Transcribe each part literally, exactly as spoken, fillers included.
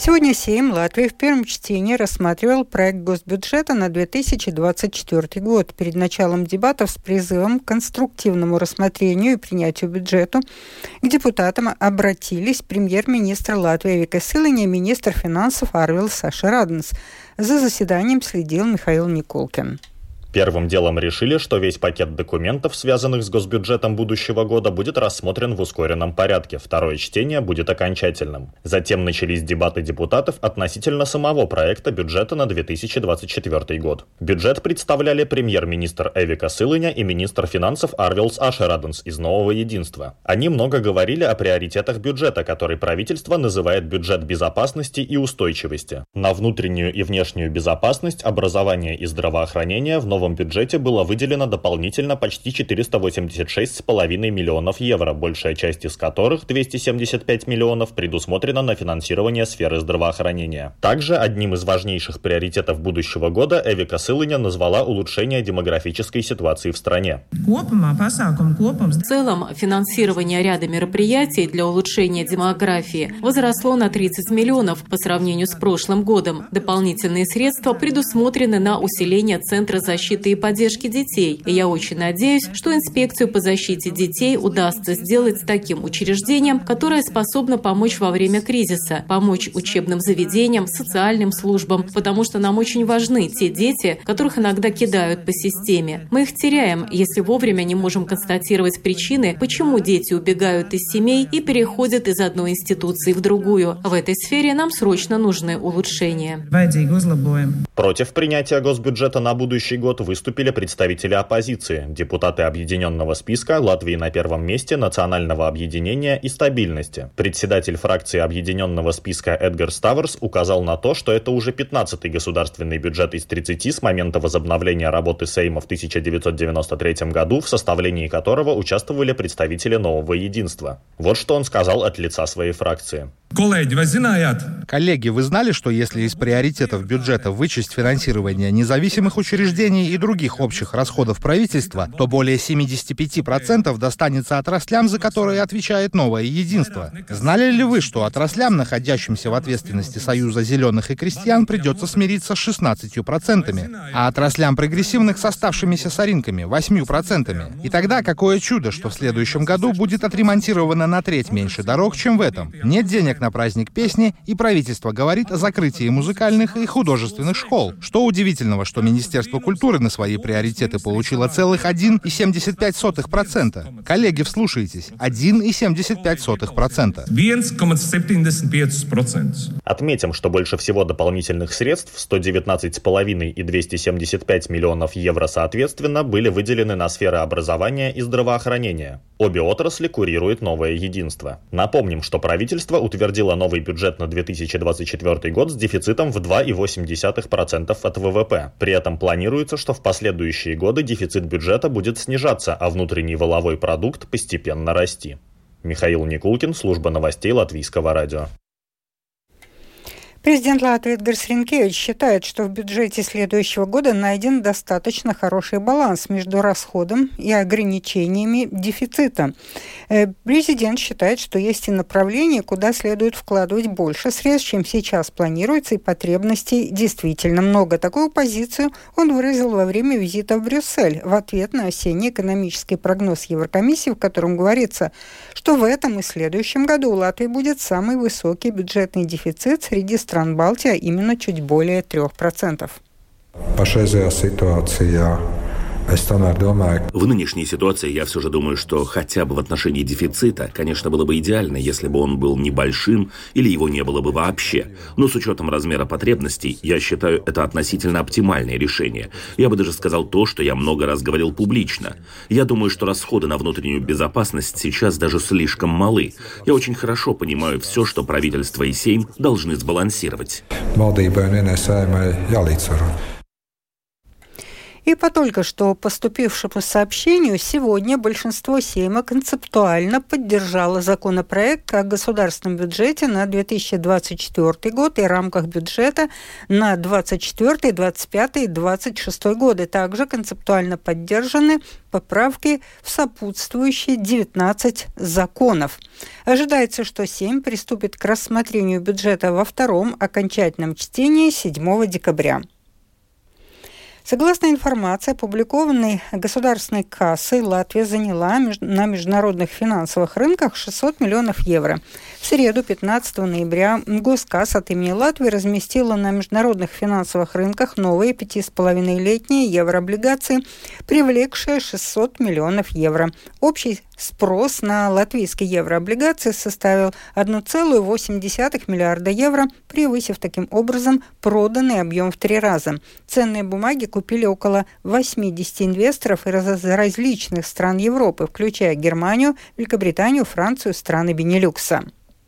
Сегодня Сейм Латвии в первом чтении рассматривал проект госбюджета на две тысячи двадцать четвёртый год. Перед началом дебатов с призывом к конструктивному рассмотрению и принятию бюджета к депутатам обратились премьер-министр Латвии Эвика Силиņa и министр финансов Арвилс Ашерадens. За заседанием следил Михаил Никулкин. Первым делом решили, что весь пакет документов, связанных с госбюджетом будущего года, будет рассмотрен в ускоренном порядке. Второе чтение будет окончательным. Затем начались дебаты депутатов относительно самого проекта бюджета на две тысячи двадцать четвёртый год. Бюджет представляли премьер-министр Эвика Силиņa и министр финансов Арвилс Ашерадens из Нового единства. Они много говорили о приоритетах бюджета, который правительство называет бюджет безопасности и устойчивости. На внутреннюю и внешнюю безопасность, образование и здравоохранение в новом В бюджете было выделено дополнительно почти четыреста восемьдесят шесть целых пять десятых миллионов евро, большая часть из которых, двести семьдесят пять миллионов, предусмотрена на финансирование сферы здравоохранения. Также одним из важнейших приоритетов будущего года Эвика Силиņa назвала улучшение демографической ситуации в стране. В целом, финансирование ряда мероприятий для улучшения демографии возросло на тридцать миллионов по сравнению с прошлым годом. Дополнительные средства предусмотрены на усиление Центра защиты и поддержки детей. И я очень надеюсь, что инспекцию по защите детей удастся сделать таким учреждением, которое способно помочь во время кризиса, помочь учебным заведениям, социальным службам, потому что нам очень важны те дети, которых иногда кидают по системе. Мы их теряем, если вовремя не можем констатировать причины, почему дети убегают из семей и переходят из одной институции в другую. В этой сфере нам срочно нужны улучшения. Против принятия госбюджета на будущий год выступили представители оппозиции, депутаты Объединенного списка, Латвии на первом месте, Национального объединения и стабильности. Председатель фракции Объединенного списка Эдгар Ставерс указал на то, что это уже пятнадцатый государственный бюджет из тридцати с момента возобновления работы Сейма в тысяча девятьсот девяносто третьем году, в составлении которого участвовали представители Нового единства. Вот что он сказал от лица своей фракции. Коллеги, вы знали, что если из приоритетов бюджета вычесть финансирование независимых учреждений и других общих расходов правительства, то более семьдесят пять процентов достанется отраслям, за которые отвечает Новое единство? Знали ли вы, что отраслям, находящимся в ответственности Союза зеленых и крестьян, придется смириться с шестнадцатью процентами, а отраслям прогрессивных с оставшимися соринками – восемью процентами? И тогда какое чудо, что в следующем году будет отремонтировано на треть меньше дорог, чем в этом. Нет денег на праздник песни, и правительство говорит о закрытии музыкальных и художественных школ. Что удивительного, что Министерство культуры на свои приоритеты получило целых один целых семьдесят пять сотых процента. Коллеги, вслушайтесь, один целых семьдесят пять сотых процента. Отметим, что больше всего дополнительных средств, сто девятнадцать целых пять десятых и двести семьдесят пять миллионов евро соответственно, были выделены на сферы образования и здравоохранения. Обе отрасли курирует Новое единство. Напомним, что правительство утвердило новый бюджет на две тысячи двадцать четвёртый год с дефицитом в два целых восемь десятых процента от ВВП. При этом планируется, что в последующие годы дефицит бюджета будет снижаться, а внутренний валовой продукт постепенно расти. Михаил Никулкин, служба новостей Латвийского радио. Президент Латвии Эдгар Ринкевич считает, что в бюджете следующего года найден достаточно хороший баланс между расходом и ограничениями дефицита. Президент считает, что есть и направления, куда следует вкладывать больше средств, чем сейчас планируется, и потребностей действительно много. Такую позицию он выразил во время визита в Брюссель в ответ на осенний экономический прогноз Еврокомиссии, в котором говорится, что в этом и следующем году у Латвии будет самый высокий бюджетный дефицит среди стран стран Балтии, а именно чуть более трех процентов. В нынешней ситуации я все же думаю, что хотя бы в отношении дефицита, конечно, было бы идеально, если бы он был небольшим или его не было бы вообще. Но с учетом размера потребностей, я считаю это относительно оптимальное решение. Я бы даже сказал то, что я много раз говорил публично. Я думаю, что расходы на внутреннюю безопасность сейчас даже слишком малы. Я очень хорошо понимаю все, что правительство и Сейм должны сбалансировать. И по только что поступившему сообщению, сегодня большинство Сейма концептуально поддержало законопроект о государственном бюджете на две тысячи двадцать четвёртый год и рамках бюджета на двадцать четвёртый, двадцать пятый и двадцать шестой годы. Также концептуально поддержаны поправки в сопутствующие девятнадцать законов. Ожидается, что Сейм приступит к рассмотрению бюджета во втором окончательном чтении седьмого декабря. Согласно информации, опубликованной Государственной кассой, Латвия заняла на международных финансовых рынках шестьсот миллионов евро. В среду, пятнадцатого ноября, Госкасса от имени Латвии разместила на международных финансовых рынках новые пяти с половиной летние еврооблигации, привлекшие шестьсот миллионов евро. Общий спрос на латвийские еврооблигации составил одна целая восемь десятых миллиарда евро, превысив таким образом проданный объем в три раза. Ценные бумаги купили около восемьдесят инвесторов из различных стран Европы, включая Германию, Великобританию, Францию, страны Бенилюкса.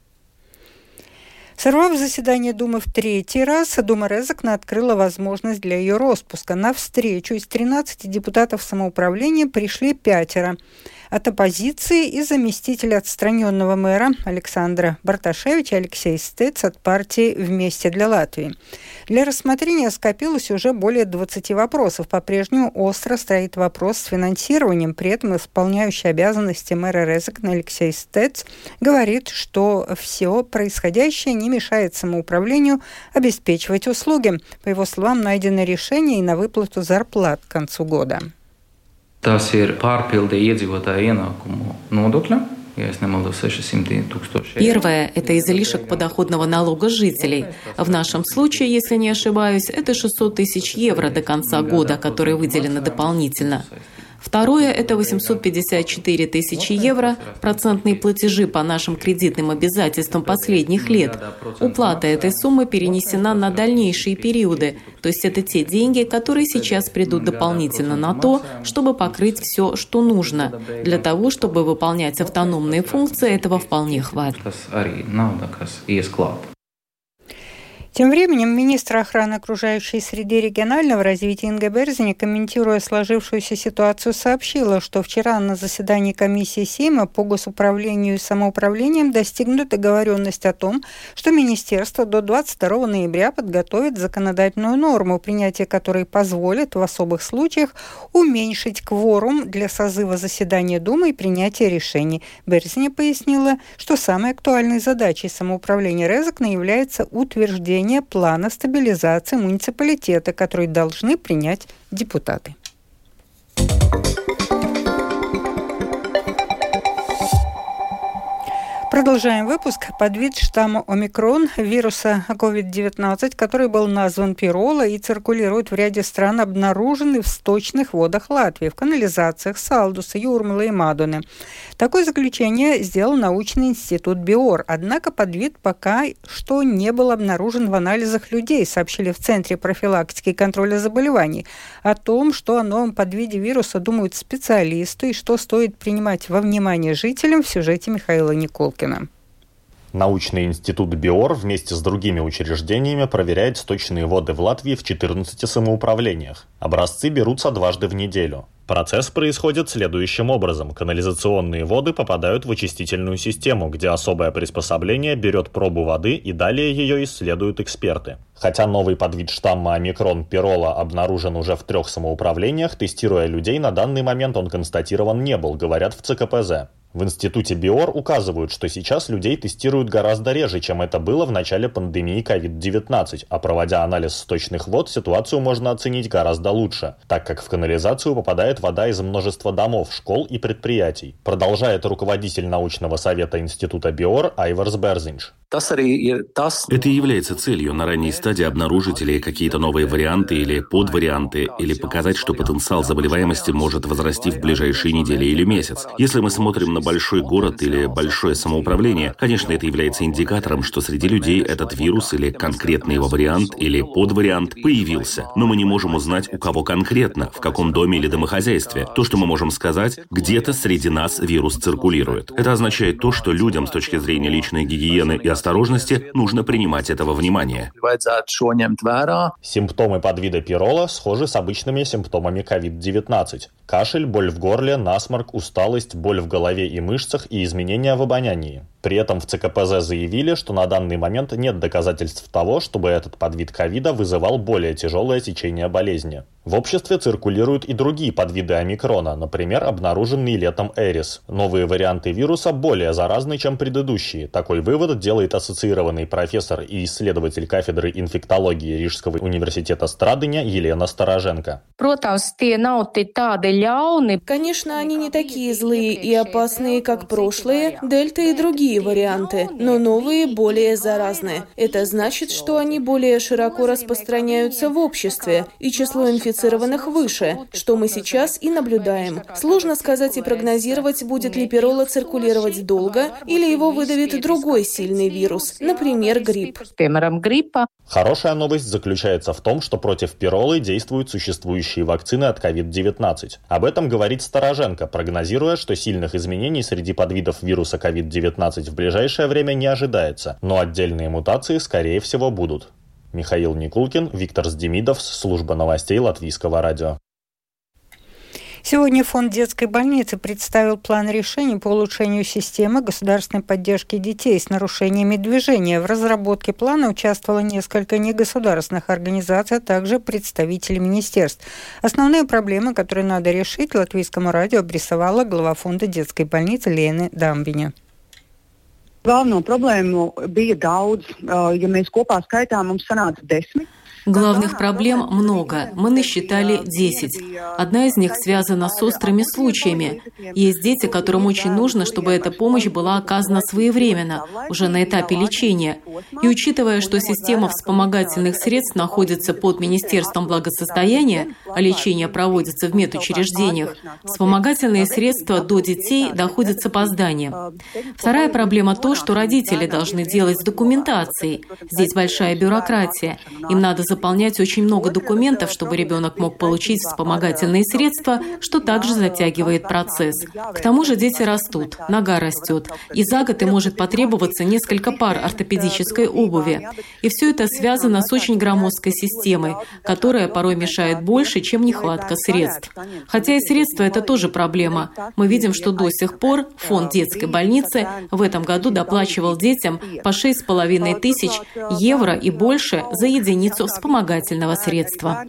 Сорвав заседание Думы в третий раз, Дума Резекне открыла возможность для ее распуска. На встречу из тринадцати депутатов самоуправления пришли пятеро. От оппозиции и заместитель отстраненного мэра Александра Барташевича Алексей Стец от партии «Вместе для Латвии». Для рассмотрения скопилось уже более двадцати вопросов. По-прежнему остро стоит вопрос с финансированием. При этом исполняющий обязанности мэра Резекне Алексей Стец говорит, что все происходящее не мешает самоуправлению обеспечивать услуги. По его словам, найдено решение и на выплату зарплат к концу года. Tas ir pārpilde iedzīvotāju ienākumu nodokļa. Первое – это излишек подоходного налога жителей. В нашем случае, если не ошибаюсь, это шестьсот тысяч евро до конца года, которые выделены дополнительно. Второе – это восемьсот пятьдесят четыре тысячи евро, процентные платежи по нашим кредитным обязательствам последних лет. Уплата этой суммы перенесена на дальнейшие периоды, то есть это те деньги, которые сейчас придут дополнительно на то, чтобы покрыть все, что нужно. Для того, чтобы выполнять автономные функции, этого вполне хватит. Тем временем министр охраны окружающей среды и регионального развития Инга Берзиня, комментируя сложившуюся ситуацию, сообщила, что вчера на заседании комиссии Сейма по госуправлению и самоуправлением достигнута договоренность о том, что министерство до двадцать второго ноября подготовит законодательную норму, принятие которой позволит в особых случаях уменьшить кворум для созыва заседания Думы и принятия решений. Берзиня пояснила, что самой актуальной задачей самоуправления Резекне является утверждение плана стабилизации муниципалитета, который должны принять депутаты. Продолжаем выпуск. Подвид штамма омикрон вируса ковид девятнадцать, который был назван Пирола и циркулирует в ряде стран, обнаружены в сточных водах Латвии, в канализациях Салдуса, Юрмала и Мадоны. Такое заключение сделал научный институт БИОР. Однако подвид пока что не был обнаружен в анализах людей, сообщили в Центре профилактики и контроля заболеваний. О том, что о новом подвиде вируса думают специалисты и что стоит принимать во внимание жителям, в сюжете Михаила Николкина. Научный институт БИОР вместе с другими учреждениями проверяет сточные воды в Латвии в четырнадцати самоуправлениях. Образцы берутся дважды в неделю. Процесс происходит следующим образом. Канализационные воды попадают в очистительную систему, где особое приспособление берет пробу воды и далее ее исследуют эксперты. Хотя новый подвид штамма омикрон Пирола обнаружен уже в трех самоуправлениях, тестируя людей, на данный момент он констатирован не был, говорят в ЦКПЗ. В институте БИОР указывают, что сейчас людей тестируют гораздо реже, чем это было в начале пандемии ковид девятнадцать, а проводя анализ сточных вод, ситуацию можно оценить гораздо лучше, так как в канализацию попадает вода из множества домов, школ и предприятий, продолжает руководитель научного совета института БИОР Айварс Берзинш. Это и является целью на ранней стадии обнаружить или какие-то новые варианты или подварианты, или показать, что потенциал заболеваемости может возрасти в ближайшие недели или месяц. Если мы смотрим на большой город или большое самоуправление, конечно, это является индикатором, что среди людей этот вирус или конкретный его вариант или подвариант появился. Но мы не можем узнать, у кого конкретно, в каком доме или домохозяйстве. То, что мы можем сказать, где-то среди нас вирус циркулирует. Это означает то, что людям с точки зрения личной гигиены и осторожности нужно принимать это во внимание. Симптомы подвида пирола схожи с обычными симптомами ковид девятнадцать. Кашель, боль в горле, насморк, усталость, боль в голове и мышцах и изменения в обонянии. При этом в ЦКПЗ заявили, что на данный момент нет доказательств того, чтобы этот подвид ковида вызывал более тяжелое течение болезни. В обществе циркулируют и другие подвиды омикрона, например, обнаруженный летом Эрис. Новые варианты вируса более заразны, чем предыдущие. Такой вывод делает ассоциированный профессор и исследователь кафедры инфектологии Рижского университета Страдыня Елена Староженко. Конечно, они не такие злые и опасные, как прошлые, дельта и другие варианты, но новые более заразны. Это значит, что они более широко распространяются в обществе, и число инфицированных выше, что мы сейчас и наблюдаем. Сложно сказать и прогнозировать, будет ли пирола циркулировать долго, или его выдавит другой сильный вирус, например, грипп. Хорошая новость заключается в том, что против пиролы действуют существующие вакцины от ковид девятнадцать. Об этом говорит Староженко, прогнозируя, что сильных изменений среди подвидов вируса ковид девятнадцать в ближайшее время не ожидается, но отдельные мутации, скорее всего, будут. Михаил Никулкин, Виктор Сдемидов, служба новостей Латвийского радио. Сегодня Фонд детской больницы представил план решений по улучшению системы государственной поддержки детей с нарушениями движения. В разработке плана участвовало несколько негосударственных организаций, а также представители министерств. Основные проблемы, которые надо решить, Латвийскому радио обрисовала глава Фонда детской больницы Лена Дамбиņa. Galveno problēmu bija daudz. Ja mēs kopā skaitām, mums sanāca desmit. Главных проблем много. Мы насчитали десять. Одна из них связана с острыми случаями. Есть дети, которым очень нужно, чтобы эта помощь была оказана своевременно, уже на этапе лечения. И учитывая, что система вспомогательных средств находится под Министерством благосостояния, а лечение проводится в медучреждениях, вспомогательные средства до детей доходят с опозданием. Вторая проблема то, что родители должны делать с документацией. Здесь большая бюрократия. Им надо заполнять очень много документов, чтобы ребенок мог получить вспомогательные средства, что также затягивает процесс. К тому же дети растут, нога растет, и за год им может потребоваться несколько пар ортопедической обуви. И все это связано с очень громоздкой системой, которая порой мешает больше, чем нехватка средств. Хотя и средства – это тоже проблема. Мы видим, что до сих пор фонд детской больницы в этом году доплачивал детям по шесть с половиной тысяч евро и больше за единицу вспомогательного средства.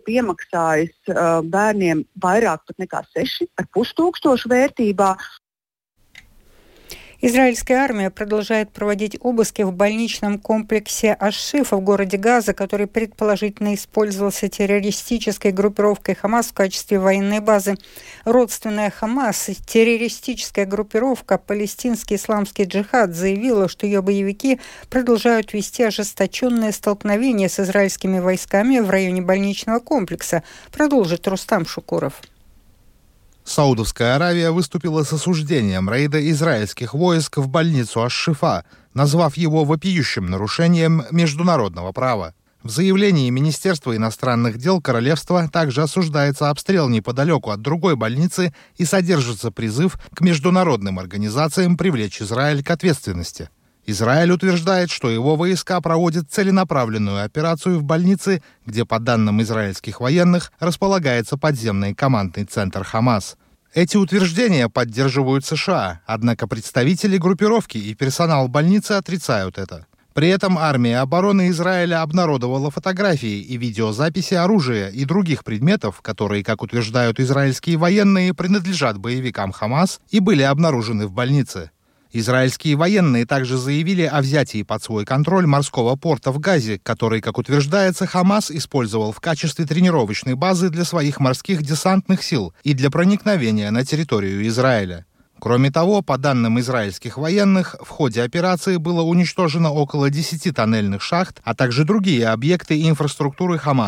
Израильская армия продолжает проводить обыски в больничном комплексе Аш-Шифа в городе Газа, который предположительно использовался террористической группировкой Хамас в качестве военной базы. Родственная Хамас, террористическая группировка «Палестинский исламский джихад» заявила, что ее боевики продолжают вести ожесточенные столкновения с израильскими войсками в районе больничного комплекса. Продолжит Рустам Шукуров. Саудовская Аравия выступила с осуждением рейда израильских войск в больницу Аш-Шифа, назвав его вопиющим нарушением международного права. В заявлении Министерства иностранных дел Королевства также осуждается обстрел неподалеку от другой больницы и содержится призыв к международным организациям привлечь Израиль к ответственности. Израиль утверждает, что его войска проводят целенаправленную операцию в больнице, где, по данным израильских военных, располагается подземный командный центр Хамас. Эти утверждения поддерживают США, однако представители группировки и персонал больницы отрицают это. При этом армия обороны Израиля обнародовала фотографии и видеозаписи оружия и других предметов, которые, как утверждают израильские военные, принадлежат боевикам Хамас и были обнаружены в больнице. Израильские военные также заявили о взятии под свой контроль морского порта в Газе, который, как утверждается, Хамас использовал в качестве тренировочной базы для своих морских десантных сил и для проникновения на территорию Израиля. Кроме того, по данным израильских военных, в ходе операции было уничтожено около десяти тоннельных шахт, а также другие объекты инфраструктуры Хамас.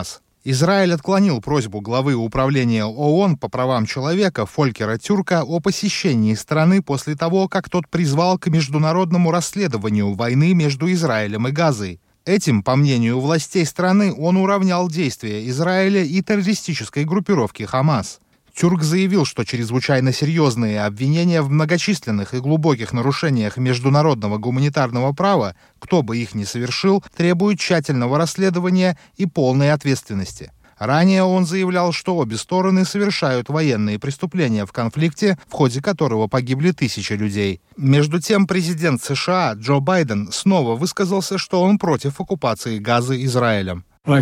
Израиль отклонил просьбу главы управления ООН по правам человека Фолькера Тюрка о посещении страны после того, как тот призвал к международному расследованию войны между Израилем и Газой. Этим, по мнению властей страны, он уравнял действия Израиля и террористической группировки «Хамас». Тюрк заявил, что чрезвычайно серьезные обвинения в многочисленных и глубоких нарушениях международного гуманитарного права, кто бы их ни совершил, требуют тщательного расследования и полной ответственности. Ранее он заявлял, что обе стороны совершают военные преступления в конфликте, в ходе которого погибли тысячи людей. Между тем, президент США Джо Байден снова высказался, что он против оккупации Газы Израилем. Я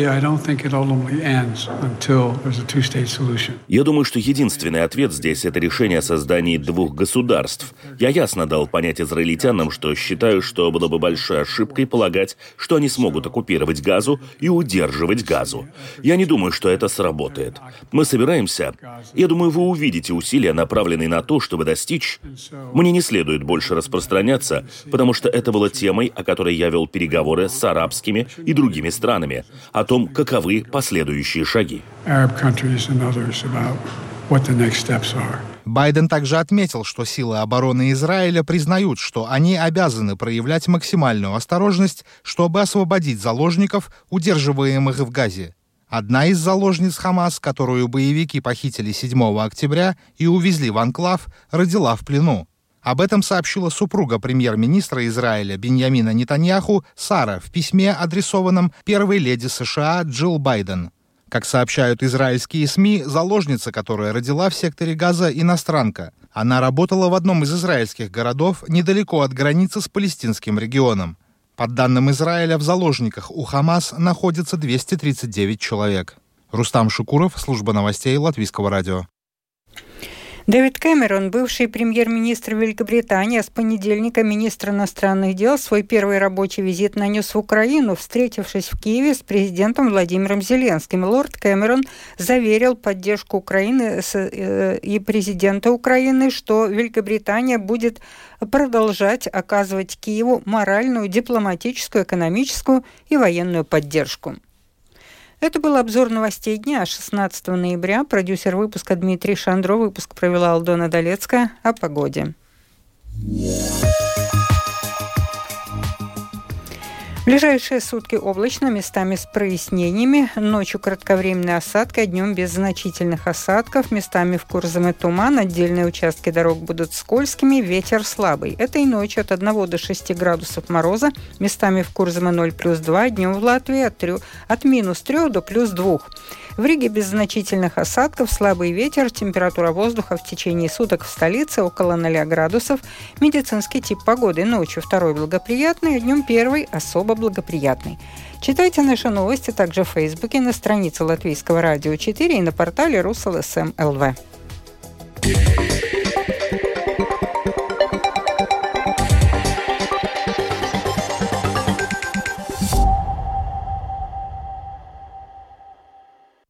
думаю, что единственный ответ здесь – это решение о создании двух государств. Я ясно дал понять израильтянам, что считаю, что было бы большой ошибкой полагать, что они смогут оккупировать Газу и удерживать Газу. Я не думаю, что это сработает. Мы собираемся. Я думаю, вы увидите усилия, направленные на то, чтобы достичь. Мне не следует больше распространяться, потому что это было темой, о которой я вел переговоры с арабскими и другими странами, о том, каковы последующие шаги. Байден также отметил, что силы обороны Израиля признают, что они обязаны проявлять максимальную осторожность, чтобы освободить заложников, удерживаемых в Газе. Одна из заложниц Хамас, которую боевики похитили седьмого октября и увезли в анклав, родила в плену. Об этом сообщила супруга премьер-министра Израиля Биньямина Нетаньяху Сара в письме, адресованном первой леди США Джилл Байден. Как сообщают израильские СМИ, заложница, которая родила в секторе Газа, иностранка. Она работала в одном из израильских городов недалеко от границы с палестинским регионом. По данным Израиля, в заложниках у Хамас находится двести тридцать девять человек. Рустам Шукуров, служба новостей Латвийского радио. Дэвид Кэмерон, бывший премьер-министр Великобритании, а с понедельника министр иностранных дел, свой первый рабочий визит нанес в Украину, встретившись в Киеве с президентом Владимиром Зеленским. Лорд Кэмерон заверил поддержку Украины и президента Украины, что Великобритания будет продолжать оказывать Киеву моральную, дипломатическую, экономическую и военную поддержку. Это был обзор новостей дня шестнадцатого ноября. Продюсер выпуска Дмитрий Шандро. Выпуск провела Алдона Долецкая. О погоде. В ближайшие сутки облачно, местами с прояснениями. Ночью кратковременные осадки, а днем без значительных осадков. Местами в Курзаме туман, отдельные участки дорог будут скользкими, ветер слабый. Этой ночью от одного до шести градусов мороза, местами в Курзаме ноль плюс два, днем в Латвии от, трёх, от минус трех до плюс двух. В Риге без значительных осадков, слабый ветер, температура воздуха в течение суток в столице около ноля градусов. Медицинский тип погоды: ночью второй благоприятный, а днем первый особо благоприятный. Читайте наши новости также в Фейсбуке, на странице Латвийского радио четыре и на портале Руссел эс эм точка эл ви.